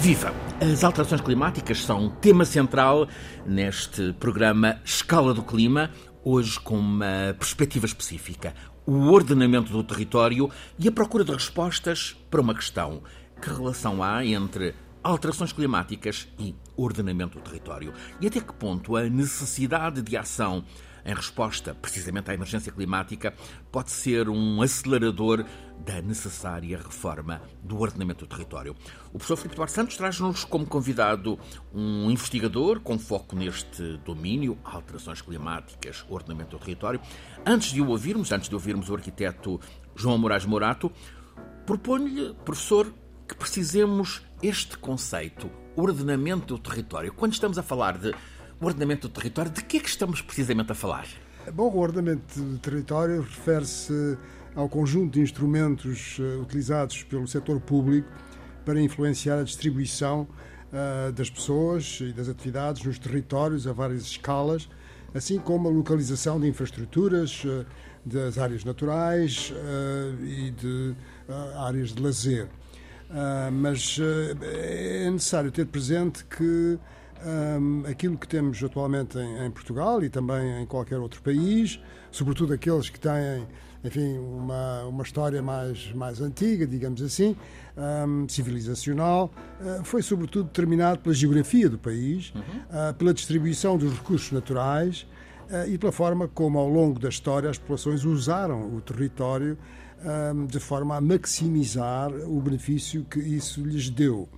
Viva! As alterações climáticas são tema central neste programa Escala do Clima, hoje com uma perspectiva específica: o ordenamento do território e a procura de respostas para uma questão: que relação há entre alterações climáticas e ordenamento do território? E até que ponto a necessidade de ação em resposta precisamente à emergência climática pode ser um acelerador da necessária reforma do ordenamento do território? O professor Filipe Duarte Santos traz-nos como convidado um investigador com foco neste domínio, alterações climáticas, ordenamento do território. Antes de ouvirmos o arquiteto João Moraes Morato, proponho-lhe, professor, que precisemos este conceito, ordenamento do território. Quando estamos a falar de ordenamento do território, de que é que estamos precisamente a falar? Bom, o ordenamento do território refere-se ao conjunto de instrumentos utilizados pelo setor público para influenciar a distribuição das pessoas e das atividades nos territórios a várias escalas, assim como a localização de infraestruturas, das áreas naturais e de áreas de lazer. Mas é necessário ter presente que aquilo que temos atualmente em Portugal e também em qualquer outro país, sobretudo aqueles que têm, enfim, uma história mais antiga, digamos assim, civilizacional, foi sobretudo determinado pela geografia do país, pela distribuição dos recursos naturais e pela forma como, ao longo da história, as populações usaram o território de forma a maximizar o benefício que isso lhes deu.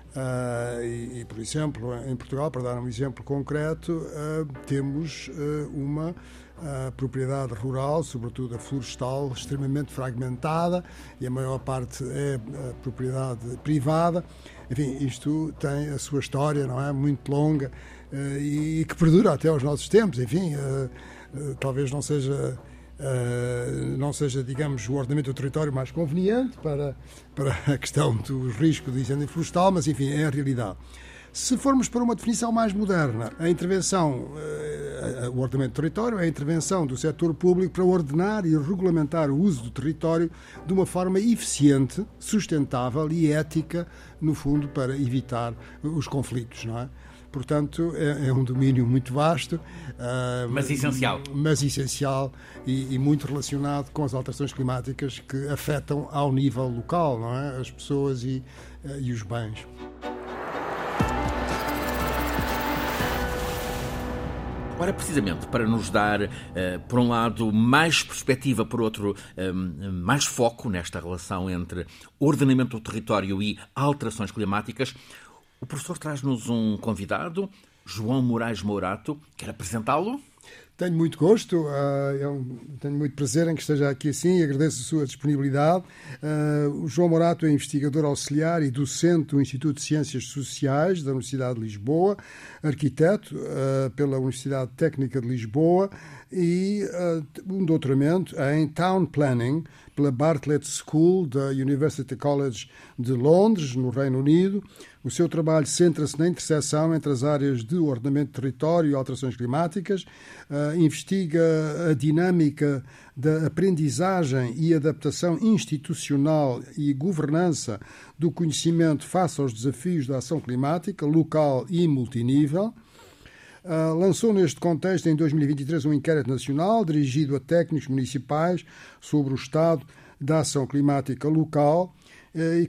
Por exemplo, em Portugal, para dar um exemplo concreto, temos uma propriedade rural, sobretudo a florestal, extremamente fragmentada, e a maior parte é propriedade privada. Enfim, isto tem a sua história, não é, muito longa e que perdura até aos nossos tempos. Enfim, talvez não seja, digamos, o ordenamento do território mais conveniente para a questão do risco de incêndio florestal, mas, enfim, é a realidade. Se formos para uma definição mais moderna, a intervenção, o ordenamento do território é a intervenção do setor público para ordenar e regulamentar o uso do território de uma forma eficiente, sustentável e ética, no fundo, para evitar os conflitos, não é? Portanto, é um domínio muito vasto. Mas essencial. Mas essencial e muito relacionado com as alterações climáticas que afetam ao nível local, não é? As pessoas e os bens. Ora, precisamente para nos dar, por um lado, mais perspectiva, por outro, mais foco nesta relação entre ordenamento do território e alterações climáticas, o professor traz-nos um convidado, João Moraes Morato. Quer apresentá-lo? Tenho muito gosto, tenho muito prazer em que esteja aqui assim e agradeço a sua disponibilidade. O João Morato é investigador auxiliar e docente do Instituto de Ciências Sociais da Universidade de Lisboa, arquiteto pela Universidade Técnica de Lisboa e um doutoramento em Town Planning pela Bartlett School da University College de Londres, no Reino Unido. O seu trabalho centra-se na interseção entre as áreas de ordenamento de território e alterações climáticas, investiga a dinâmica da aprendizagem e adaptação institucional e governança do conhecimento face aos desafios da ação climática, local e multinível. Lançou neste contexto, em 2023, um inquérito nacional dirigido a técnicos municipais sobre o estado da ação climática local e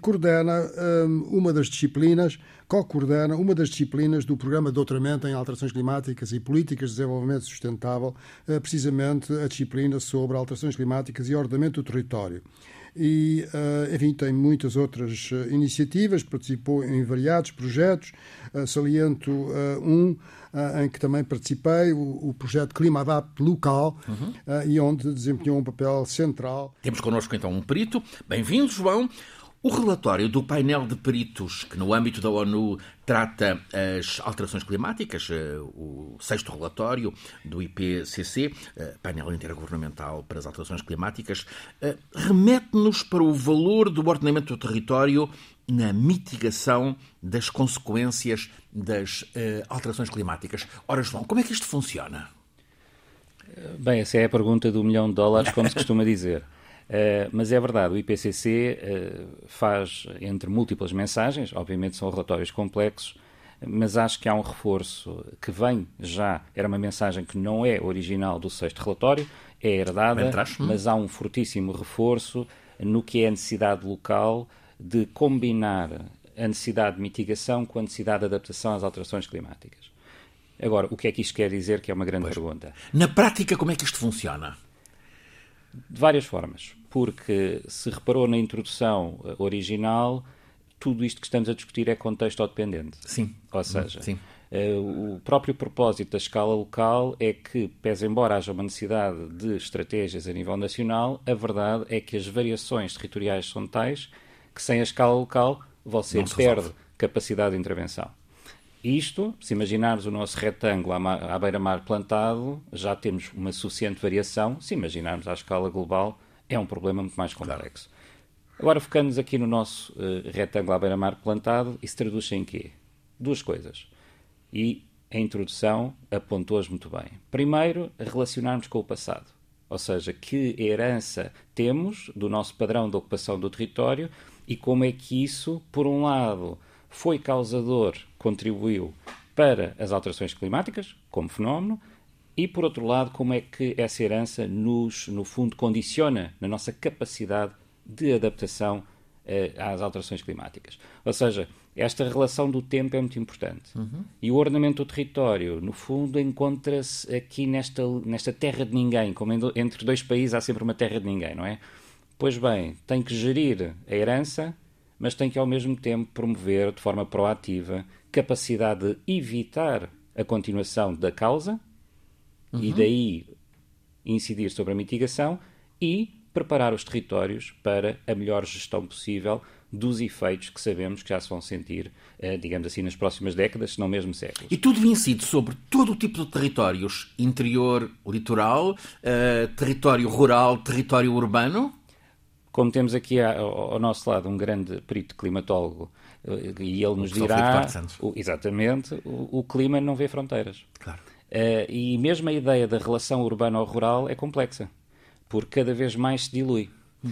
co-coordena uma das disciplinas do Programa de Doutoramento em Alterações Climáticas e Políticas de Desenvolvimento Sustentável, precisamente a disciplina sobre alterações climáticas e ordenamento do território. E, enfim, tem muitas outras iniciativas, participou em variados projetos, saliento em que também participei, o projeto ClimaAdapt Local, e onde desempenhou um papel central. Temos connosco então um perito. Bem-vindo, João. O relatório do painel de peritos que no âmbito da ONU trata as alterações climáticas, o 6º relatório do IPCC, painel intergovernamental para as alterações climáticas, remete-nos para o valor do ordenamento do território na mitigação das consequências das alterações climáticas. Ora, João, como é que isto funciona? Bem, essa é a pergunta do $1 milhão, como se costuma dizer. Mas é verdade, o IPCC faz entre múltiplas mensagens, obviamente são relatórios complexos, mas acho que há um reforço que vem já, era uma mensagem que não é original do 6º relatório, é herdada, mas há um fortíssimo reforço no que é a necessidade local de combinar a necessidade de mitigação com a necessidade de adaptação às alterações climáticas. Agora, o que é que isto quer dizer, que é uma grande pergunta? Na prática, como é que isto funciona? De várias formas, porque se reparou na introdução original, tudo isto que estamos a discutir é contexto-dependente. Sim. Ou seja, sim. O próprio propósito da escala local é que, pese embora haja uma necessidade de estratégias a nível nacional, a verdade é que as variações territoriais são tais que sem a escala local você perde capacidade de intervenção. Isto, se imaginarmos o nosso retângulo à beira-mar plantado, já temos uma suficiente variação. Se imaginarmos à escala global, é um problema muito mais complexo. Claro. Agora, focando-nos aqui no nosso retângulo à beira-mar plantado, isso traduz-se em quê? Duas coisas. E a introdução apontou-as muito bem. Primeiro, relacionarmos com o passado. Ou seja, que herança temos do nosso padrão de ocupação do território e como é que isso, por um lado, foi causador, contribuiu para as alterações climáticas, como fenómeno, e, por outro lado, como é que essa herança nos, no fundo, condiciona na nossa capacidade de adaptação às alterações climáticas. Ou seja, esta relação do tempo é muito importante. E o ordenamento do território, no fundo, encontra-se aqui nesta terra de ninguém, como entre dois países há sempre uma terra de ninguém, não é? Pois bem, tem que gerir a herança, mas tem que, ao mesmo tempo, promover, de forma proativa, capacidade de evitar a continuação da causa e daí incidir sobre a mitigação e preparar os territórios para a melhor gestão possível dos efeitos que sabemos que já se vão sentir, digamos assim, nas próximas décadas, se não mesmo séculos. E tudo incide sobre todo o tipo de territórios, interior, litoral, território rural, território urbano? Como temos aqui ao nosso lado um grande perito climatólogo, e ele nos dirá, exatamente, o clima não vê fronteiras. Claro. E mesmo a ideia da relação urbano-rural é complexa, porque cada vez mais se dilui.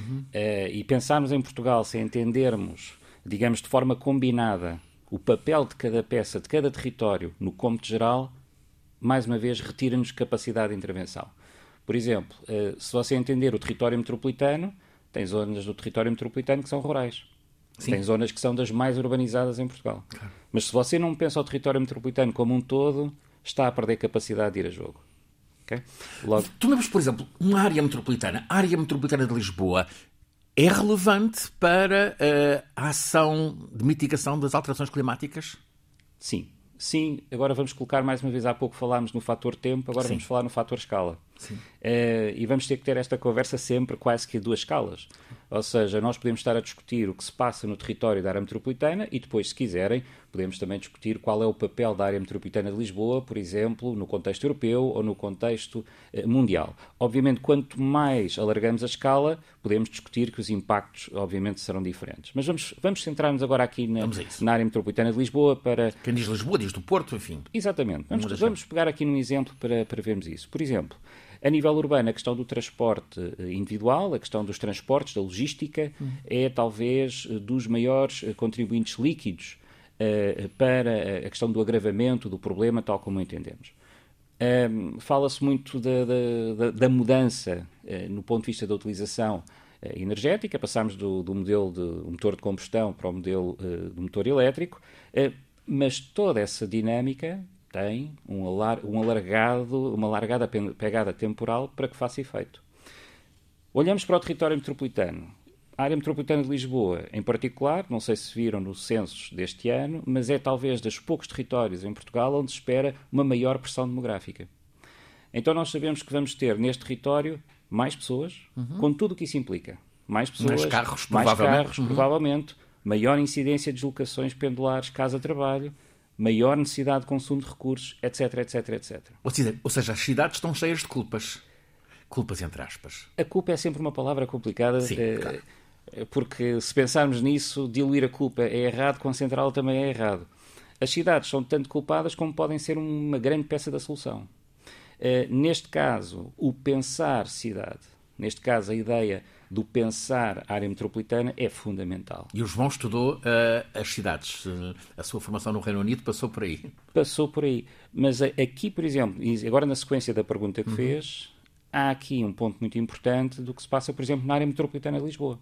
E pensarmos em Portugal, se entendermos, digamos, de forma combinada, o papel de cada peça, de cada território, no cômputo geral, mais uma vez, retira-nos capacidade de intervenção. Por exemplo, se você entender o território metropolitano, tem zonas do território metropolitano que são rurais. Sim. Tem zonas que são das mais urbanizadas em Portugal. Claro. Mas se você não pensa o território metropolitano como um todo, está a perder capacidade de ir a jogo. Okay? Logo... Tomemos, por exemplo, uma área metropolitana. A área metropolitana de Lisboa é relevante para a ação de mitigação das alterações climáticas? Sim. Sim, agora vamos colocar, mais uma vez, há pouco falámos no fator tempo, agora vamos falar no fator escala. E vamos ter que ter esta conversa sempre quase que a duas escalas. Ou seja, nós podemos estar a discutir o que se passa no território da área metropolitana e depois, se quiserem, podemos também discutir qual é o papel da área metropolitana de Lisboa, por exemplo, no contexto europeu ou no contexto mundial. Obviamente, quanto mais alargamos a escala, podemos discutir que os impactos, obviamente, serão diferentes. Mas vamos centrar-nos agora aqui na área metropolitana de Lisboa para... Quem diz Lisboa, diz do Porto, enfim. Exatamente. Vamos pegar aqui num exemplo para vermos isso. Por exemplo, a nível urbano, a questão do transporte individual, a questão dos transportes, da logística, é talvez dos maiores contribuintes líquidos para a questão do agravamento do problema, tal como o entendemos. Fala-se muito da mudança no ponto de vista da utilização energética, passamos do modelo de motor de combustão para o modelo do motor elétrico, mas toda essa dinâmica tem uma largada pegada temporal para que faça efeito. Olhamos para o território metropolitano. A área metropolitana de Lisboa, em particular, não sei se viram nos censos deste ano, mas é talvez dos poucos territórios em Portugal onde se espera uma maior pressão demográfica. Então nós sabemos que vamos ter neste território mais pessoas, com tudo o que isso implica. Mais pessoas, mais carros, provavelmente, maior incidência de deslocações pendulares, casa-trabalho, maior necessidade de consumo de recursos, etc, etc, etc. Ou seja, as cidades estão cheias de culpas. Culpas entre aspas. A culpa é sempre uma palavra complicada. Sim, claro. Porque se pensarmos nisso, diluir a culpa é errado, concentrá-la também é errado. As cidades são tanto culpadas como podem ser uma grande peça da solução. Neste caso, o pensar cidade Neste caso, a ideia do pensar a área metropolitana é fundamental. E o João estudou as cidades. A sua formação no Reino Unido passou por aí. Passou por aí. Mas aqui, por exemplo, e agora na sequência da pergunta que fez, há aqui um ponto muito importante do que se passa, por exemplo, na área metropolitana de Lisboa.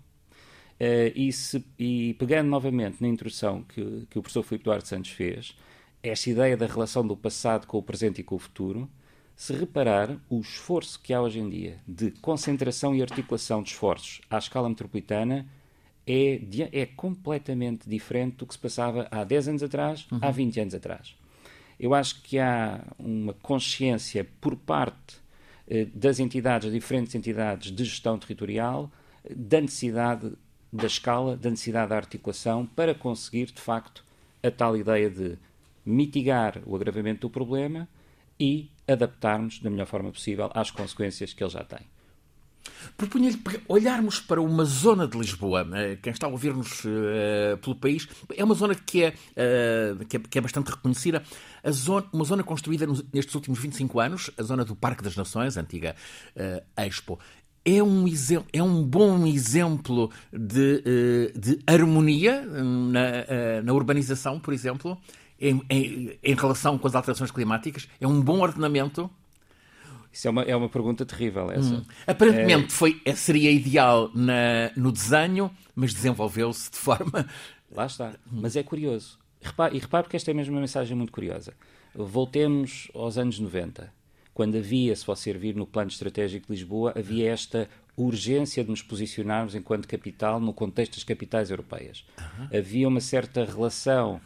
E pegando novamente na introdução que o professor Filipe Duarte Santos fez, esta ideia da relação do passado com o presente e com o futuro, se reparar, o esforço que há hoje em dia de concentração e articulação de esforços à escala metropolitana é completamente diferente do que se passava há 10 anos atrás, há 20 anos atrás. Eu acho que há uma consciência por parte das entidades, das diferentes entidades de gestão territorial, da necessidade da escala, da necessidade da articulação para conseguir, de facto, a tal ideia de mitigar o agravamento do problema e adaptarmos da melhor forma possível às consequências que ele já tem. Propunha-lhe olharmos para uma zona de Lisboa. Quem está a ouvir-nos pelo país, é uma zona que é bastante reconhecida. Uma zona construída nestes últimos 25 anos, a zona do Parque das Nações, a antiga Expo. É um bom exemplo de harmonia na urbanização, por exemplo, em relação com as alterações climáticas. É um bom ordenamento. Isso é uma pergunta terrível, essa. Aparentemente seria ideal no desenho, mas desenvolveu-se de forma... Lá está. Mas é curioso. Repare porque esta é mesmo uma mensagem muito curiosa. Voltemos aos anos 90. Quando havia, se você vir no plano estratégico de Lisboa, havia esta urgência de nos posicionarmos enquanto capital no contexto das capitais europeias. Havia uma certa relação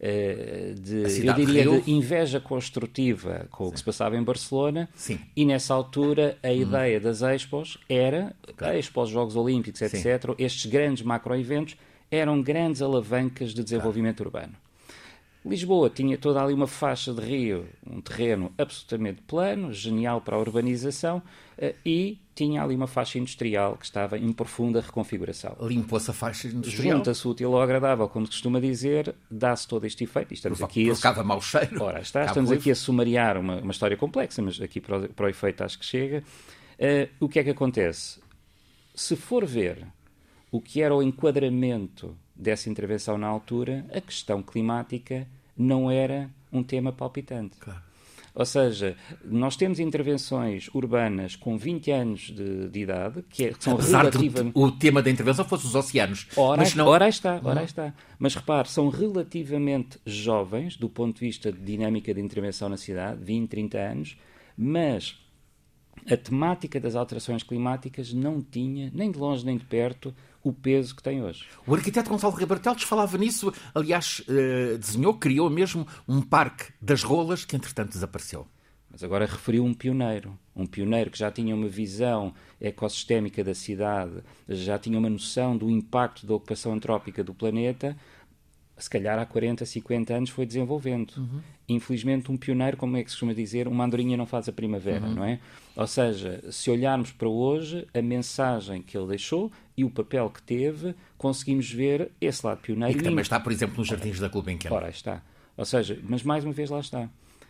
de inveja construtiva com o que se passava em Barcelona. Sim. E nessa altura a ideia das expos era, a Expo, os Jogos Olímpicos, etc., sim, estes grandes macroeventos eram grandes alavancas de desenvolvimento urbano. Lisboa tinha toda ali uma faixa de rio, um terreno absolutamente plano, genial para a urbanização, e tinha ali uma faixa industrial que estava em profunda reconfiguração. Limpou-se a faixa industrial. Junta-se o útil ao agradável, como se costuma dizer, dá-se todo este efeito. E estamos aqui provocava mau cheiro. Ora, estamos aqui a sumariar uma história complexa, mas aqui para o efeito acho que chega. O que é que acontece? Se for ver o que era o enquadramento dessa intervenção na altura, a questão climática não era um tema palpitante. Claro. Ou seja, nós temos intervenções urbanas com 20 anos de idade, que são relativamente... o tema da intervenção fosse os oceanos. Ora está. Mas repare, são relativamente jovens, do ponto de vista de dinâmica de intervenção na cidade, 20, 30 anos, mas a temática das alterações climáticas não tinha, nem de longe nem de perto, o peso que tem hoje. O arquiteto Gonçalo Ribeiro Teles falava nisso, aliás, criou mesmo um parque das rolas que, entretanto, desapareceu. Mas agora referiu um pioneiro que já tinha uma visão ecossistémica da cidade, já tinha uma noção do impacto da ocupação antrópica do planeta, se calhar há 40, 50 anos foi desenvolvendo. Infelizmente, um pioneiro, como é que se costuma dizer, uma andorinha não faz a primavera, não é? Ou seja, se olharmos para hoje, a mensagem que ele deixou e o papel que teve, conseguimos ver esse lado pioneiro. E que também está, por exemplo, nos Jardins da Gulbenkian. Ora, está. Ou seja, mas mais uma vez lá está.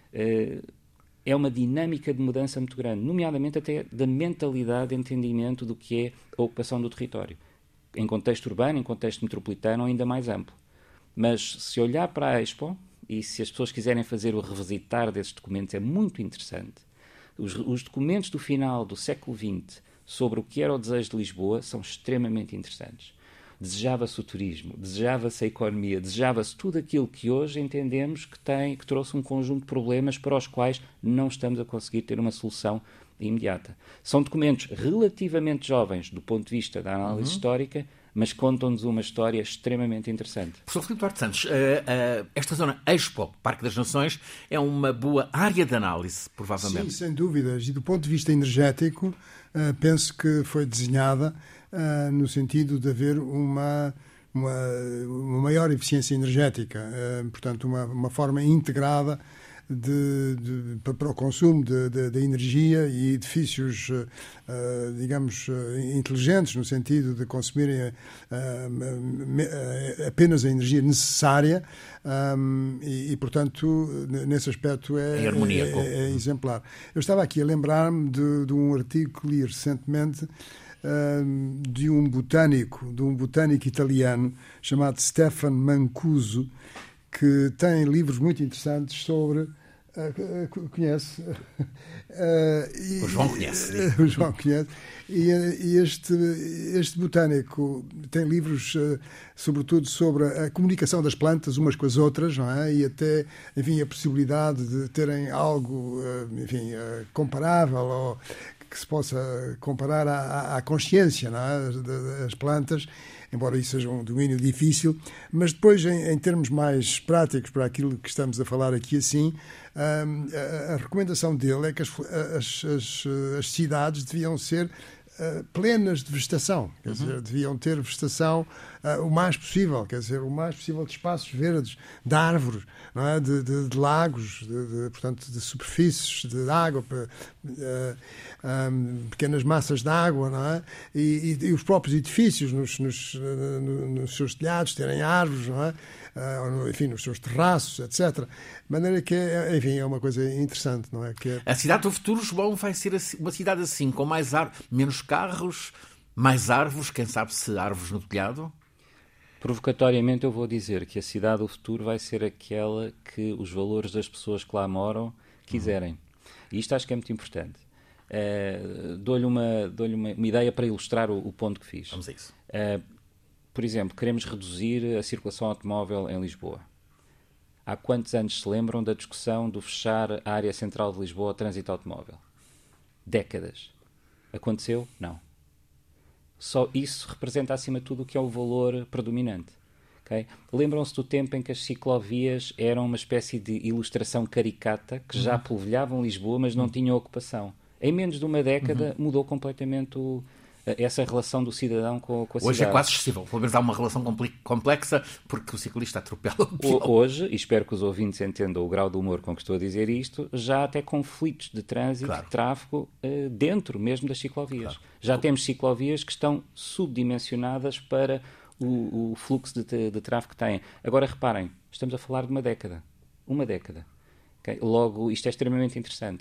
É uma dinâmica de mudança muito grande, nomeadamente até da mentalidade de entendimento do que é a ocupação do território. Em contexto urbano, em contexto metropolitano ou ainda mais amplo. Mas se olhar para a Expo, e se as pessoas quiserem fazer o revisitar desses documentos, é muito interessante. Os documentos do final do século XX sobre o que era o desejo de Lisboa são extremamente interessantes. Desejava-se o turismo, desejava-se a economia, desejava-se tudo aquilo que hoje entendemos que trouxe um conjunto de problemas para os quais não estamos a conseguir ter uma solução imediata. São documentos relativamente jovens do ponto de vista da análise histórica, mas contam-nos uma história extremamente interessante. Professor Filipe Duarte Santos, esta zona Expo, Parque das Nações, é uma boa área de análise, provavelmente. Sim, sem dúvidas. E do ponto de vista energético, penso que foi desenhada no sentido de haver uma maior eficiência energética, portanto, uma forma integrada para o consumo de energia e edifícios, digamos, inteligentes, no sentido de consumirem apenas a energia necessária, e portanto, nesse aspecto é exemplar. Eu estava aqui a lembrar-me de um artigo que li recentemente de um botânico italiano chamado Stefano Mancuso, que tem livros muito interessantes sobre... conhece? O João conhece. O João conhece. E este botânico tem livros, sobretudo, sobre a comunicação das plantas umas com as outras, não é? E até, enfim, a possibilidade de terem algo, enfim, comparável, ou que se possa comparar à consciência, não é? Das plantas, embora isso seja um domínio difícil. Mas depois, em termos mais práticos para aquilo que estamos a falar aqui assim, a recomendação dele é que as cidades deviam ser plenas de vegetação, quer dizer, deviam ter vegetação o mais possível, quer dizer, o mais possível de espaços verdes, de árvores, não é? de lagos, portanto, de superfícies de água, pequenas massas de água, não é? E os próprios edifícios nos seus telhados terem árvores, não é? Enfim, nos seus terraços, etc. De maneira que, enfim, é uma coisa interessante, não é? A cidade do futuro, João, vai ser uma cidade assim, com menos carros, mais árvores, quem sabe se árvores no telhado? Provocatoriamente eu vou dizer que a cidade do futuro vai ser aquela que os valores das pessoas que lá moram quiserem. E isto acho que é muito importante. Dou-lhe uma ideia para ilustrar o ponto que fiz. Vamos a isso. Por exemplo, queremos reduzir a circulação automóvel em Lisboa. Há quantos anos se lembram da discussão do fechar a área central de Lisboa ao trânsito automóvel? Décadas. Aconteceu? Não. Só isso representa, acima de tudo, o que é o valor predominante. Okay? Lembram-se do tempo em que as ciclovias eram uma espécie de ilustração caricata que já polvilhavam Lisboa, mas não tinham ocupação. Em menos de uma década mudou completamente essa relação do cidadão com a cidade. Hoje é quase excessivo. Pelo menos há uma relação complexa porque o ciclista atropela o peão. Hoje, e espero que os ouvintes entendam o grau de humor com que estou a dizer isto, já há até conflitos de trânsito, de tráfego, dentro mesmo das ciclovias. Claro. Já temos ciclovias que estão subdimensionadas para o fluxo de tráfego que têm. Agora, reparem, estamos a falar de uma década. Uma década. Okay? Logo, isto é extremamente interessante.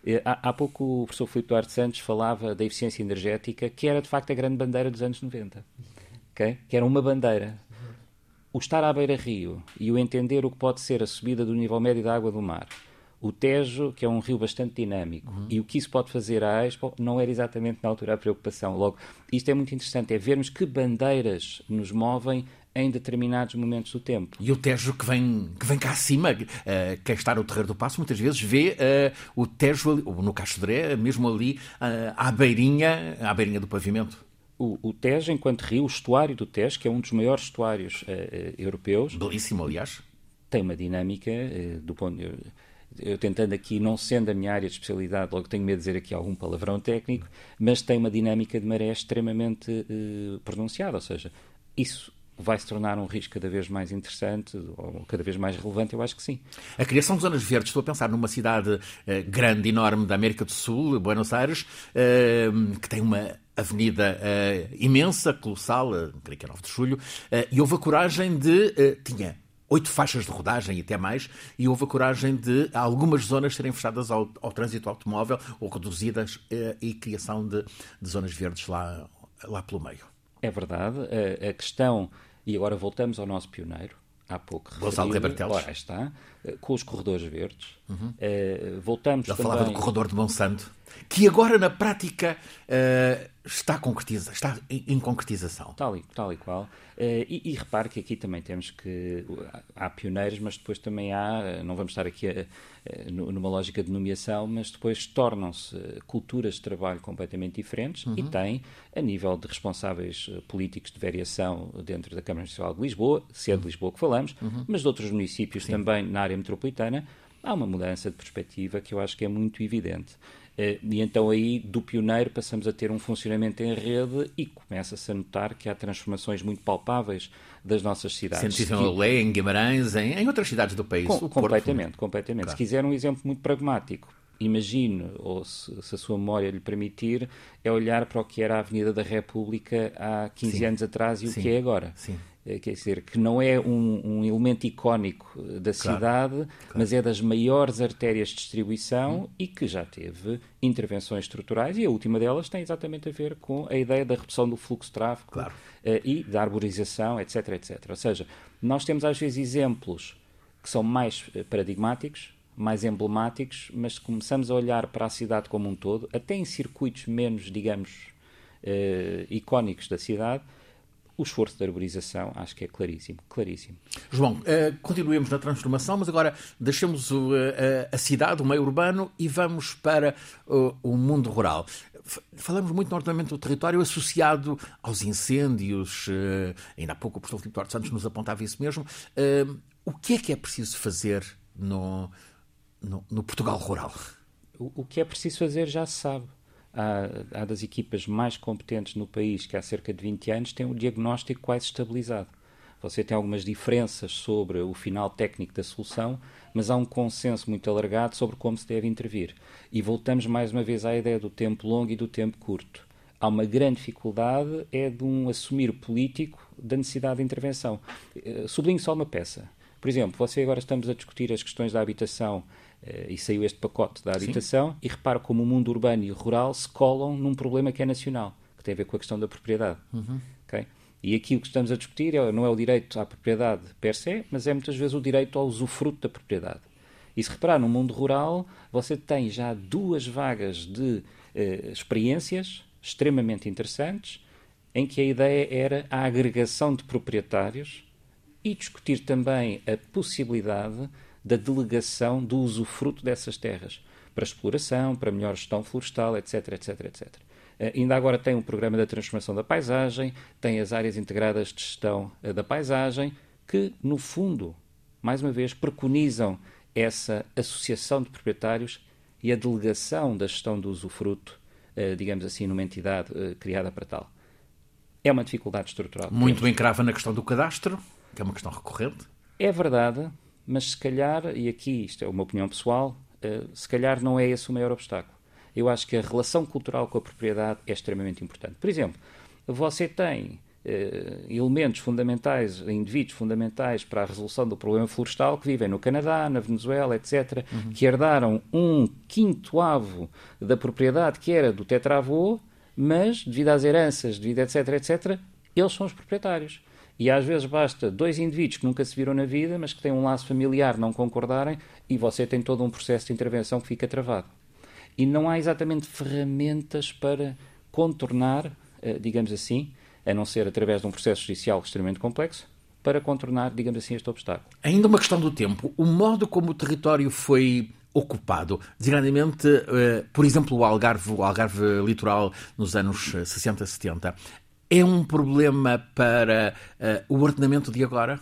Há pouco o professor Filipe Duarte Santos falava da eficiência energética, que era de facto a grande bandeira dos anos 90. Okay? Que era uma bandeira. O estar à beira-rio e o entender o que pode ser a subida do nível médio da água do mar, o Tejo, que é um rio bastante dinâmico, e o que isso pode fazer à Expo, não era exatamente na altura a preocupação. Logo, isto é muito interessante, é vermos que bandeiras nos movem em determinados momentos do tempo. E o Tejo que vem cá acima, quem está no Terreiro do Paço, muitas vezes vê o Tejo, no Cacho de Dré, mesmo ali à beirinha do pavimento. O Tejo, enquanto rio, o estuário do Tejo, que é um dos maiores estuários europeus... Belíssimo, aliás. Tem uma dinâmica, do ponto... Eu tentando aqui, não sendo a minha área de especialidade, logo tenho medo de dizer aqui algum palavrão técnico, mas tem uma dinâmica de maré extremamente pronunciada, ou seja, isso vai se tornar um risco cada vez mais interessante ou cada vez mais relevante, eu acho que sim. A criação de zonas verdes, estou a pensar numa cidade grande, enorme da América do Sul, Buenos Aires, que tem uma avenida imensa, colossal, creio que é 9 de Julho, e houve a coragem de... tinha 8 faixas de rodagem e até mais, e houve a coragem de algumas zonas serem fechadas ao trânsito automóvel ou reduzidas e criação de zonas verdes lá pelo meio. É verdade. A questão, e agora voltamos ao nosso pioneiro, há pouco referido. Gonçalo Rebartelos. Ora, está, com os corredores verdes. Voltamos Já também... falava do corredor de Monsanto, que agora na prática está em concretização. Tal e qual. E repare que aqui também temos que... Há pioneiros, mas depois também há... Não vamos estar aqui numa lógica de nomeação, mas depois tornam-se culturas de trabalho completamente diferentes e têm, a nível de responsáveis políticos de variação dentro da Câmara Municipal de Lisboa, se é de Lisboa que falamos, mas de outros municípios também na área metropolitana, há uma mudança de perspectiva que eu acho que é muito evidente. E então aí, do pioneiro, passamos a ter um funcionamento em rede e começa-se a notar que há transformações muito palpáveis das nossas cidades. Sente-se em Olé, em Guimarães, em outras cidades do país. Completamente. Claro. Se quiser um exemplo muito pragmático, imagine, ou se a sua memória lhe permitir, é olhar para o que era a Avenida da República há 15 anos atrás e o que é agora. Sim. Quer dizer, que não é um elemento icónico da cidade, mas é das maiores artérias de distribuição e que já teve intervenções estruturais, e a última delas tem exatamente a ver com a ideia da redução do fluxo de tráfego e da arborização, etc, etc. Ou seja, nós temos às vezes exemplos que são mais paradigmáticos, mais emblemáticos, mas começamos a olhar para a cidade como um todo, até em circuitos menos, digamos, icónicos da cidade. O esforço de arborização acho que é claríssimo. João, continuemos na transformação, mas agora deixemos a cidade, o meio urbano, e vamos para o mundo rural. Falamos muito no ordenamento do território associado aos incêndios. Ainda há pouco o professor Filipe Duarte Santos nos apontava isso mesmo. O que é preciso fazer no Portugal rural? O que é preciso fazer já se sabe. Há das equipas mais competentes no país que há cerca de 20 anos têm um diagnóstico quase estabilizado. Você tem algumas diferenças sobre o final técnico da solução, mas há um consenso muito alargado sobre como se deve intervir. E voltamos mais uma vez à ideia do tempo longo e do tempo curto. Há uma grande dificuldade, é de um assumir político da necessidade de intervenção. Sublinho só uma peça. Por exemplo, agora estamos a discutir as questões da habitação e saiu este pacote da habitação. Sim. E repara como o mundo urbano e rural se colam num problema que é nacional, que tem a ver com a questão da propriedade. Okay? E aqui o que estamos a discutir não é o direito à propriedade per se, mas é muitas vezes o direito ao usufruto da propriedade. E se reparar, no mundo rural, você tem já 2 vagas de experiências extremamente interessantes, em que a ideia era a agregação de proprietários e discutir também a possibilidade da delegação do usufruto dessas terras para exploração, para melhor gestão florestal, etc, etc, etc. Ainda agora tem um programa da transformação da paisagem, tem as áreas integradas de gestão da paisagem, que, no fundo, mais uma vez, preconizam essa associação de proprietários e a delegação da gestão do usufruto, digamos assim, numa entidade criada para tal. É uma dificuldade estrutural. Muito encrava na questão do cadastro, que é uma questão recorrente. É verdade, mas se calhar, e aqui isto é uma opinião pessoal, se calhar não é esse o maior obstáculo. Eu acho que a relação cultural com a propriedade é extremamente importante. Por exemplo, você tem elementos fundamentais, indivíduos fundamentais para a resolução do problema florestal que vivem no Canadá, na Venezuela, etc., que herdaram 1/5 da propriedade que era do tetravô, mas, devido às heranças, devido etc., etc., eles são os proprietários. E às vezes basta 2 indivíduos que nunca se viram na vida, mas que têm um laço familiar, não concordarem, e você tem todo um processo de intervenção que fica travado. E não há exatamente ferramentas para contornar, digamos assim, a não ser através de um processo judicial extremamente complexo, para contornar, digamos assim, este obstáculo. Ainda uma questão do tempo. O modo como o território foi ocupado, designadamente, por exemplo, o Algarve litoral nos anos 60, 70, é um problema para o ordenamento de agora?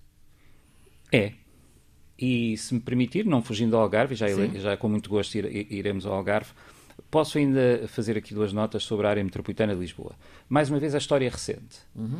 É. E, se me permitir, não fugindo ao Algarve, já com muito gosto iremos ao Algarve, posso ainda fazer aqui 2 notas sobre a área metropolitana de Lisboa. Mais uma vez, a história é recente.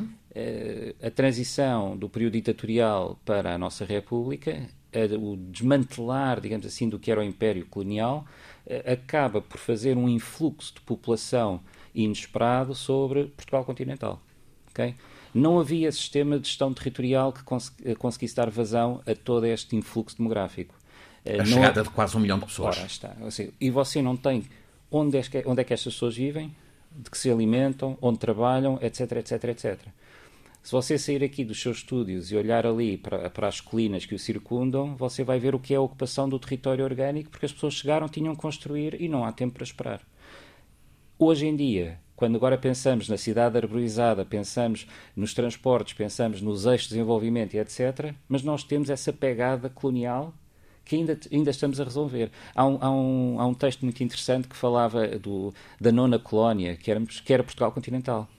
A transição do período ditatorial para a nossa República, o desmantelar, digamos assim, do que era o Império Colonial, acaba por fazer um influxo de população inesperado sobre Portugal continental. Okay? Não havia sistema de gestão territorial que conseguisse dar vazão a todo este influxo demográfico. A chegada de quase 1 milhão de pessoas. Ora, está. Assim, e você não tem onde é que estas pessoas vivem, de que se alimentam, onde trabalham, etc, etc, etc. Se você sair aqui dos seus estúdios e olhar ali para as colinas que o circundam, você vai ver o que é a ocupação do território orgânico, porque as pessoas chegaram, tinham que construir e não há tempo para esperar. Hoje em dia, quando agora pensamos na cidade arborizada, pensamos nos transportes, pensamos nos eixos de desenvolvimento e etc., mas nós temos essa pegada colonial que ainda estamos a resolver. Há um texto muito interessante que falava da nona colónia, que era Portugal continental,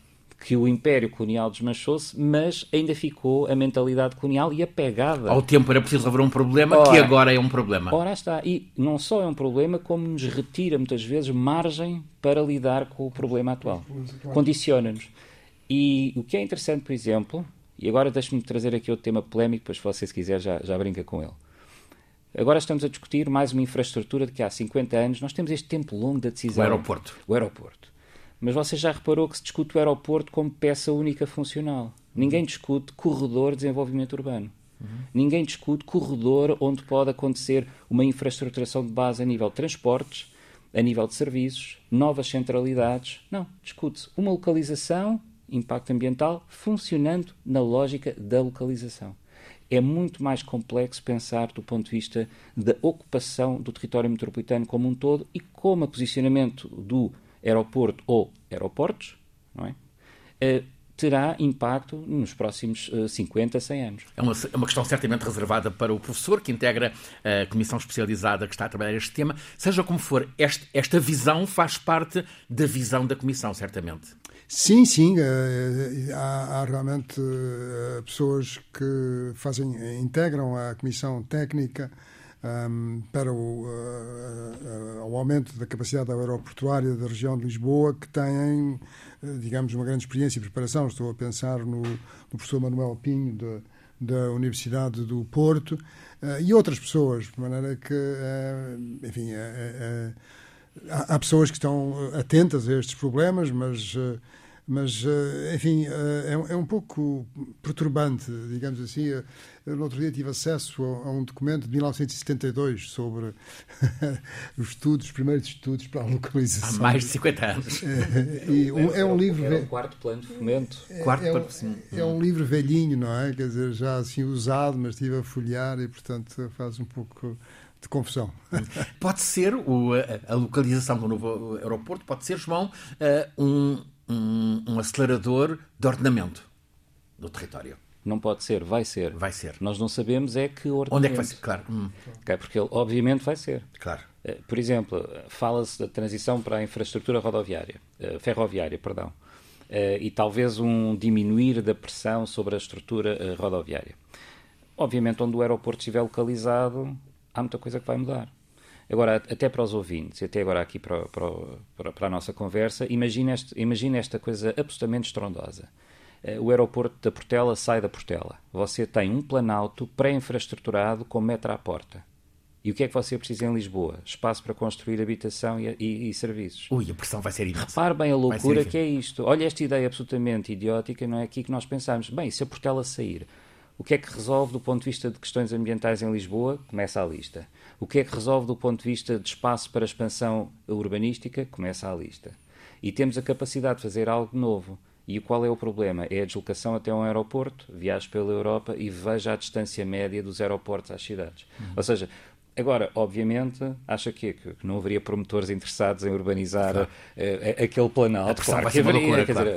que o Império Colonial desmanchou-se, mas ainda ficou a mentalidade colonial e a pegada. Ao tempo era preciso resolver um problema que agora é um problema. Ora está. E não só é um problema, como nos retira muitas vezes margem para lidar com o problema atual. Condiciona-nos. E o que é interessante, por exemplo, e agora deixe-me trazer aqui outro tema polémico, depois se você se quiser já brinca com ele. Agora estamos a discutir mais uma infraestrutura de que há 50 anos nós temos este tempo longo da decisão. O aeroporto. Mas você já reparou que se discute o aeroporto como peça única funcional. Ninguém discute corredor de desenvolvimento urbano. Ninguém discute corredor onde pode acontecer uma infraestruturação de base a nível de transportes, a nível de serviços, novas centralidades. Não, discute-se uma localização, impacto ambiental, funcionando na lógica da localização. É muito mais complexo pensar do ponto de vista da ocupação do território metropolitano como um todo e como o posicionamento do aeroporto ou aeroportos, não é? Terá impacto nos próximos 50, 100 anos. É uma questão certamente reservada para o professor, que integra a comissão especializada que está a trabalhar este tema. Seja como for, esta visão faz parte da visão da comissão, certamente. Sim. Há realmente pessoas que integram a comissão técnica para o aumento da capacidade aeroportuária da região de Lisboa, que têm, digamos, uma grande experiência e preparação. Estou a pensar no professor Manuel Pinho, da Universidade do Porto, e outras pessoas, de maneira que, enfim, há pessoas que estão atentas a estes problemas, mas enfim, é um pouco perturbante, digamos assim. Eu, no outro dia, tive acesso a um documento de 1972 sobre os primeiros estudos para a localização. Há mais de 50 anos. É um livro... Era o quarto plano de fomento. É um livro velhinho, não é? Quer dizer, já assim usado, mas estive a folhear e, portanto, faz um pouco de confusão. Pode ser a localização do novo aeroporto, pode ser, João, um acelerador de ordenamento do território. Não pode ser, vai ser. Vai ser. Nós não sabemos é que ordenamento. Onde é que vai ser? Claro. Okay, porque ele, obviamente, vai ser. Claro. Por exemplo, fala-se da transição para a infraestrutura ferroviária, e talvez um diminuir da pressão sobre a estrutura rodoviária. Obviamente, onde o aeroporto estiver localizado, há muita coisa que vai mudar. Agora, até para os ouvintes, e até agora aqui para a nossa conversa, imagine esta coisa absolutamente estrondosa. O aeroporto da Portela sai da Portela. Você tem um planalto pré-infraestruturado com metro à porta. E o que é que você precisa em Lisboa? Espaço para construir habitação e serviços. A pressão vai ser imensa. Repare bem a loucura que é isto. Olha esta ideia absolutamente idiótica, não é aqui que nós pensamos. Bem, se a Portela sair, o que é que resolve do ponto de vista de questões ambientais em Lisboa? Começa a lista. O que é que resolve do ponto de vista de espaço para expansão urbanística? Começa a lista. E temos a capacidade de fazer algo novo. E qual é o problema? É a deslocação até um aeroporto, viaje pela Europa e veja a distância média dos aeroportos às cidades. Ou seja, agora, obviamente, acha que não haveria promotores interessados em urbanizar aquele planalto. A pressão vai ser uma loucura, claro.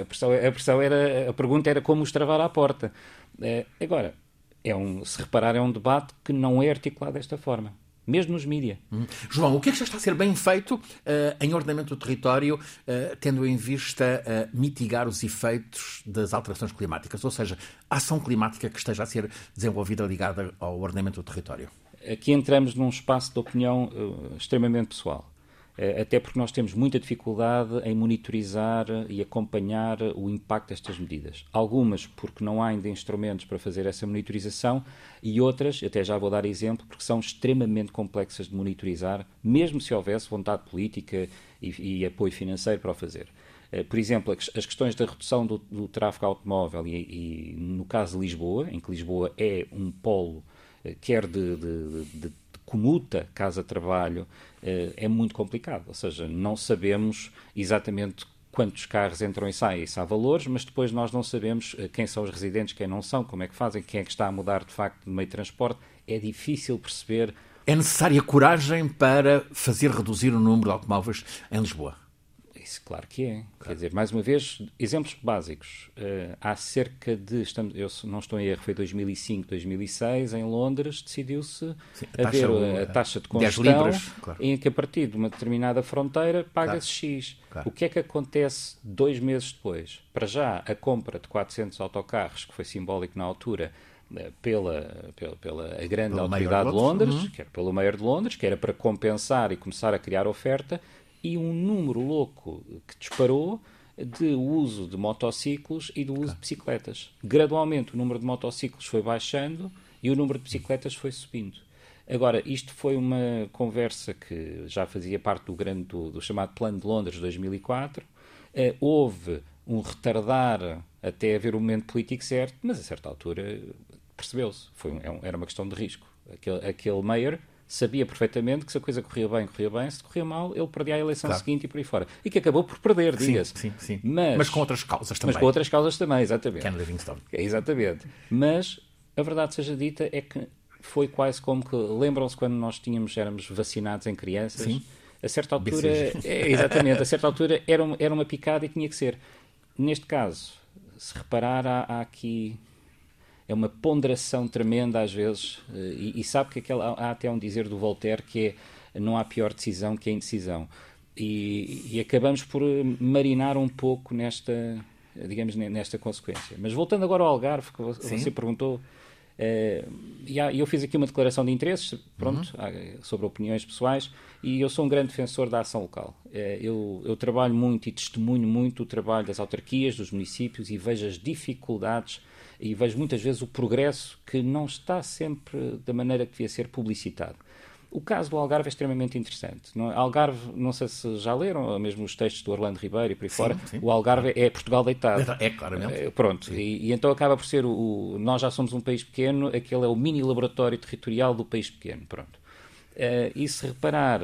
A pergunta era como os travar à porta. Agora, se reparar, é um debate que não é articulado desta forma. Mesmo nos mídias. João, o que é que já está a ser bem feito em ordenamento do território, tendo em vista mitigar os efeitos das alterações climáticas? Ou seja, a ação climática que esteja a ser desenvolvida ligada ao ordenamento do território? Aqui entramos num espaço de opinião extremamente pessoal. Até porque nós temos muita dificuldade em monitorizar e acompanhar o impacto destas medidas. Algumas porque não há ainda instrumentos para fazer essa monitorização e outras, até já vou dar exemplo, porque são extremamente complexas de monitorizar, mesmo se houvesse vontade política e apoio financeiro para o fazer. Por exemplo, as questões da redução do tráfego automóvel e no caso de Lisboa, em que Lisboa é um polo quer de comuta, casa-trabalho, é muito complicado. Ou seja, não sabemos exatamente quantos carros entram e saem. Isso há valores, mas depois nós não sabemos quem são os residentes, quem não são, como é que fazem, quem é que está a mudar de facto de meio de transporte. É difícil perceber. É necessária coragem para fazer reduzir o número de automóveis em Lisboa? Isso, claro que é. Claro. Quer dizer, mais uma vez, exemplos básicos. Há cerca de, eu não estou em erro, foi 2005, 2006, em Londres, decidiu-se haver a taxa de congestão em que a partir de uma determinada fronteira paga-se X. Claro. O que é que acontece 2 meses depois? Para já, a compra de 400 autocarros, que foi simbólico na altura, pela grande autoridade de Londres, que era pelo Mayor de Londres, que era para compensar e começar a criar oferta, e um número louco que disparou de uso de motociclos e do uso de bicicletas. Gradualmente o número de motociclos foi baixando e o número de bicicletas foi subindo. Agora, isto foi uma conversa que já fazia parte do chamado Plano de Londres de 2004. Houve um retardar até haver o momento político certo, mas a certa altura percebeu-se. Era uma questão de risco. Aquele Mayor sabia perfeitamente que se a coisa corria bem, se corria mal, ele perdia a eleição seguinte e por aí fora. E que acabou por perder, diga-se. Sim. Mas com outras causas também. Mas com outras causas também, exatamente. Ken Livingstone. Exatamente. Mas a verdade seja dita é que foi quase como que... Lembram-se quando nós éramos vacinados em crianças? Sim. A certa altura... exatamente. A certa altura era uma picada e tinha que ser. Neste caso, se reparar, há aqui... É uma ponderação tremenda às vezes, e sabe que há até um dizer do Voltaire que é: não há pior decisão que a indecisão. E acabamos por marinar um pouco nesta consequência. Mas voltando agora ao Algarve, que você perguntou, eu fiz aqui uma declaração de interesses, sobre opiniões pessoais, e eu sou um grande defensor da ação local. Eu trabalho muito e testemunho muito o trabalho das autarquias, dos municípios, e vejo as dificuldades e vejo muitas vezes o progresso que não está sempre da maneira que devia ser publicitado. O caso do Algarve é extremamente interessante. Algarve, não sei se já leram, mesmo os textos do Orlando Ribeiro e por aí fora, o Algarve é Portugal deitado. É, claramente. Pronto, e então acaba por ser nós já somos um país pequeno, aquele é o mini laboratório territorial do país pequeno. Pronto. E se reparar,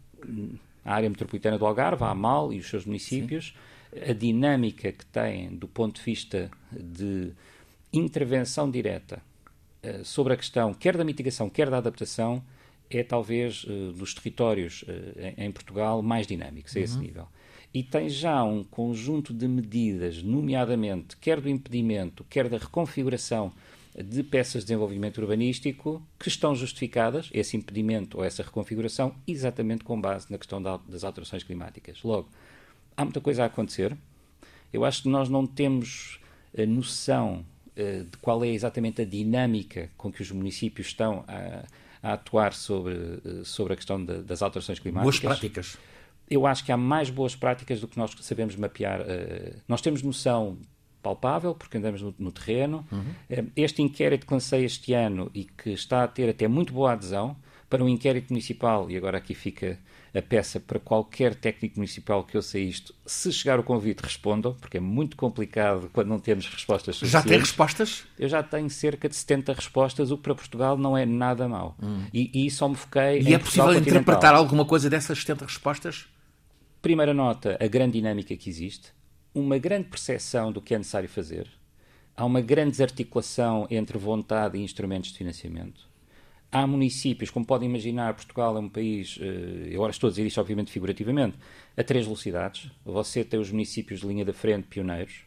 a área metropolitana do Algarve, a AMAL e os seus municípios, a dinâmica que têm do ponto de vista de intervenção direta sobre a questão, quer da mitigação, quer da adaptação, é talvez dos territórios em Portugal mais dinâmicos a esse nível. E tem já um conjunto de medidas, nomeadamente, quer do impedimento, quer da reconfiguração de peças de desenvolvimento urbanístico, que estão justificadas, esse impedimento ou essa reconfiguração, exatamente com base na questão das alterações climáticas. Logo, há muita coisa a acontecer. Eu acho que nós não temos a noção de qual é exatamente a dinâmica com que os municípios estão a atuar sobre a questão das alterações climáticas. Boas práticas. Eu acho que há mais boas práticas do que nós sabemos mapear. Nós temos noção palpável, porque andamos no terreno. Este inquérito que lancei este ano e que está a ter até muito boa adesão para um inquérito municipal, e agora aqui fica a peça para qualquer técnico municipal que ouça isto, se chegar o convite, respondam, porque é muito complicado quando não temos respostas suficientes. Já tem respostas? Eu já tenho cerca de 70 respostas, o que para Portugal não é nada mau. E só me foquei em Portugal continental. E é possível interpretar alguma coisa dessas 70 respostas? Primeira nota, a grande dinâmica que existe, uma grande percepção do que é necessário fazer, há uma grande desarticulação entre vontade e instrumentos de financiamento. Há municípios, como podem imaginar, Portugal é um país, eu agora estou a dizer isto obviamente figurativamente, a 3 velocidades. Você tem os municípios de linha da frente pioneiros.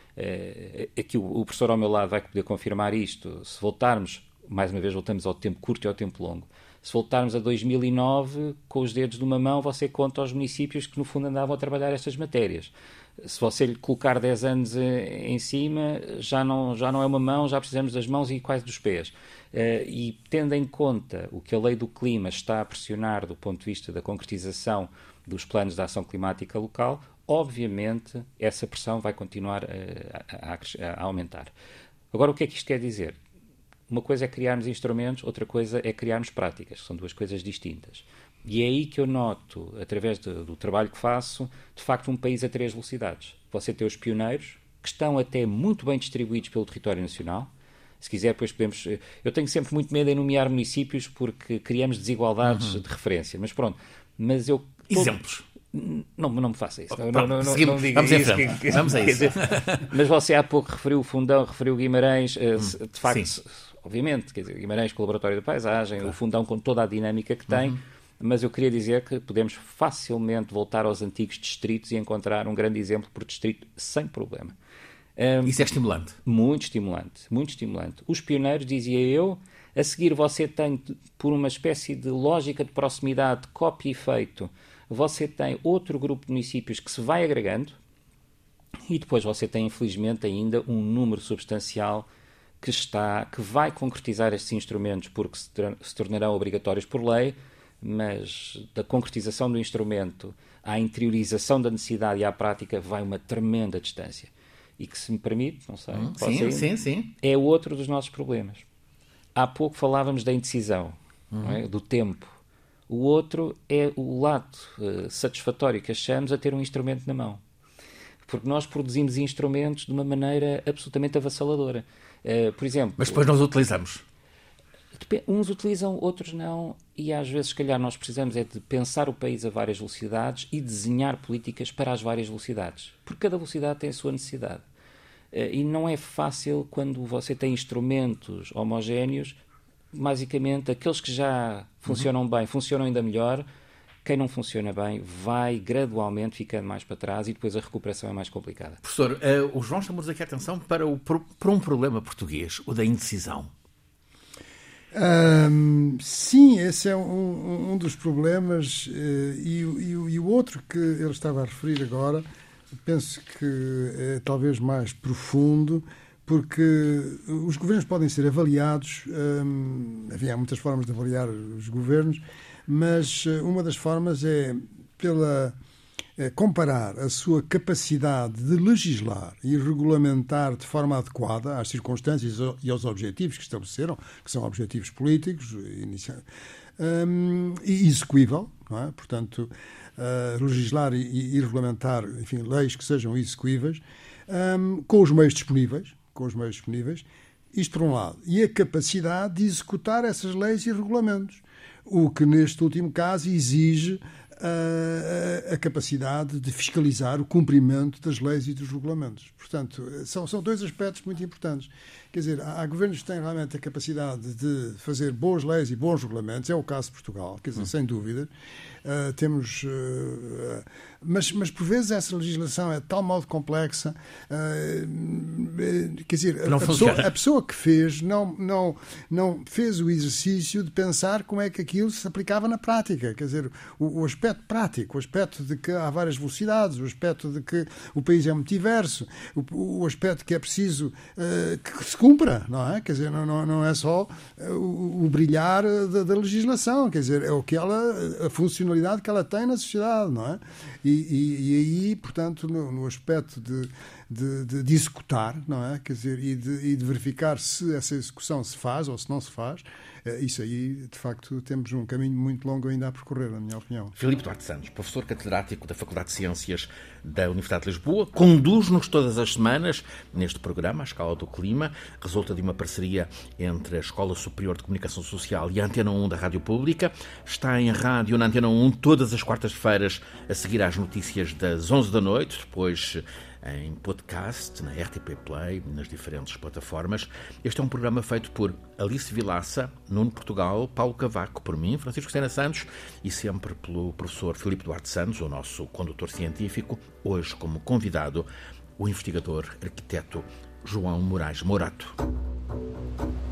Aqui o professor ao meu lado vai poder confirmar isto. Se voltarmos, mais uma vez voltamos ao tempo curto e ao tempo longo. Se voltarmos a 2009, com os dedos de uma mão, você conta aos municípios que no fundo andavam a trabalhar estas matérias. Se você lhe colocar 10 anos em cima, já não é uma mão, já precisamos das mãos e quase dos pés. E tendo em conta o que a lei do clima está a pressionar do ponto de vista da concretização dos planos de ação climática local, obviamente essa pressão vai continuar a aumentar. Agora, o que é que isto quer dizer? Uma coisa é criarmos instrumentos, outra coisa é criarmos práticas, são duas coisas distintas. E é aí que eu noto, através do trabalho que faço, de facto um país a 3 velocidades. Você tem os pioneiros, que estão até muito bem distribuídos pelo território nacional. Se quiser, depois podemos... Eu tenho sempre muito medo em nomear municípios porque criamos desigualdades de referência. Mas pronto, mas eu... Exemplos. Não me faça isso. Não diga isso. Vamos a isso. Dizer, mas você há pouco referiu o Fundão, referiu Guimarães. De facto, obviamente, quer dizer, Guimarães com o Laboratório da Paisagem, o Fundão com toda a dinâmica que tem. mas eu queria dizer que podemos facilmente voltar aos antigos distritos e encontrar um grande exemplo por distrito sem problema. Isso é estimulante. Muito estimulante, muito estimulante. Os pioneiros, dizia eu, a seguir você tem, por uma espécie de lógica de proximidade, copia e efeito, você tem outro grupo de municípios que se vai agregando e depois você tem, infelizmente, ainda um número substancial que vai concretizar estes instrumentos porque se tornarão obrigatórios por lei, mas da concretização do instrumento à interiorização da necessidade e à prática vai uma tremenda distância. E que, se me permite, não sei, sim. É outro dos nossos problemas. Há pouco falávamos da indecisão, não é? Do tempo. O outro é o lado satisfatório que achamos a ter um instrumento na mão. Porque nós produzimos instrumentos de uma maneira absolutamente avassaladora. Por exemplo... Mas depois nós utilizamos. Uns utilizam, outros não, e às vezes, se calhar, nós precisamos de pensar o país a várias velocidades e desenhar políticas para as várias velocidades. Porque cada velocidade tem a sua necessidade. E não é fácil quando você tem instrumentos homogéneos, basicamente, aqueles que já funcionam bem, funcionam ainda melhor. Quem não funciona bem vai gradualmente ficando mais para trás e depois a recuperação é mais complicada. Professor, o João chamou-nos aqui a atenção para um problema português, o da indecisão. Sim, esse é um dos problemas e o outro que ele estava a referir agora, penso que é talvez mais profundo, porque os governos podem ser avaliados, enfim, há muitas formas de avaliar os governos, mas uma das formas é comparar a sua capacidade de legislar e regulamentar de forma adequada às circunstâncias e aos objetivos que estabeleceram, que são objetivos políticos e execuível, não é? Portanto, legislar e regulamentar, enfim, leis que sejam execuíveis, com os meios disponíveis, isto por um lado, e a capacidade de executar essas leis e regulamentos, o que neste último caso exige a capacidade de fiscalizar o cumprimento das leis e dos regulamentos. Portanto, são dois aspectos muito importantes. Quer dizer, há governos que têm realmente a capacidade de fazer boas leis e bons regulamentos, é o caso de Portugal, quer dizer, sem dúvida. Temos... Mas por vezes essa legislação é de tal modo complexa, quer dizer, a pessoa que fez não fez o exercício de pensar como é que aquilo se aplicava na prática. Quer dizer, o aspecto prático, o aspecto de que há várias velocidades, o aspecto de que o país é muito diverso, o aspecto que é preciso que se cumpra, não é? Quer dizer, não é só o brilhar da legislação, quer dizer, é a funcionalidade que ela tem na sociedade, não é? E aí, portanto, no aspecto de executar, não é? Quer dizer, e de verificar se essa execução se faz ou se não se faz, isso aí, de facto, temos um caminho muito longo ainda a percorrer, na minha opinião. Filipe Duarte Santos, professor catedrático da Faculdade de Ciências da Universidade de Lisboa, conduz-nos todas as semanas neste programa, A Escala do Clima, resulta de uma parceria entre a Escola Superior de Comunicação Social e a Antena 1 da Rádio Pública. Está em rádio na Antena 1 todas as quartas-feiras a seguir às notícias das 11 da noite, depois em podcast, na RTP Play, nas diferentes plataformas. Este é um programa feito por Alice Vilaça, Nuno Portugal, Paulo Cavaco, por mim, Francisco Sena Santos, e sempre pelo professor Filipe Duarte Santos, o nosso condutor científico, hoje como convidado, o investigador arquiteto João Moraes Morato.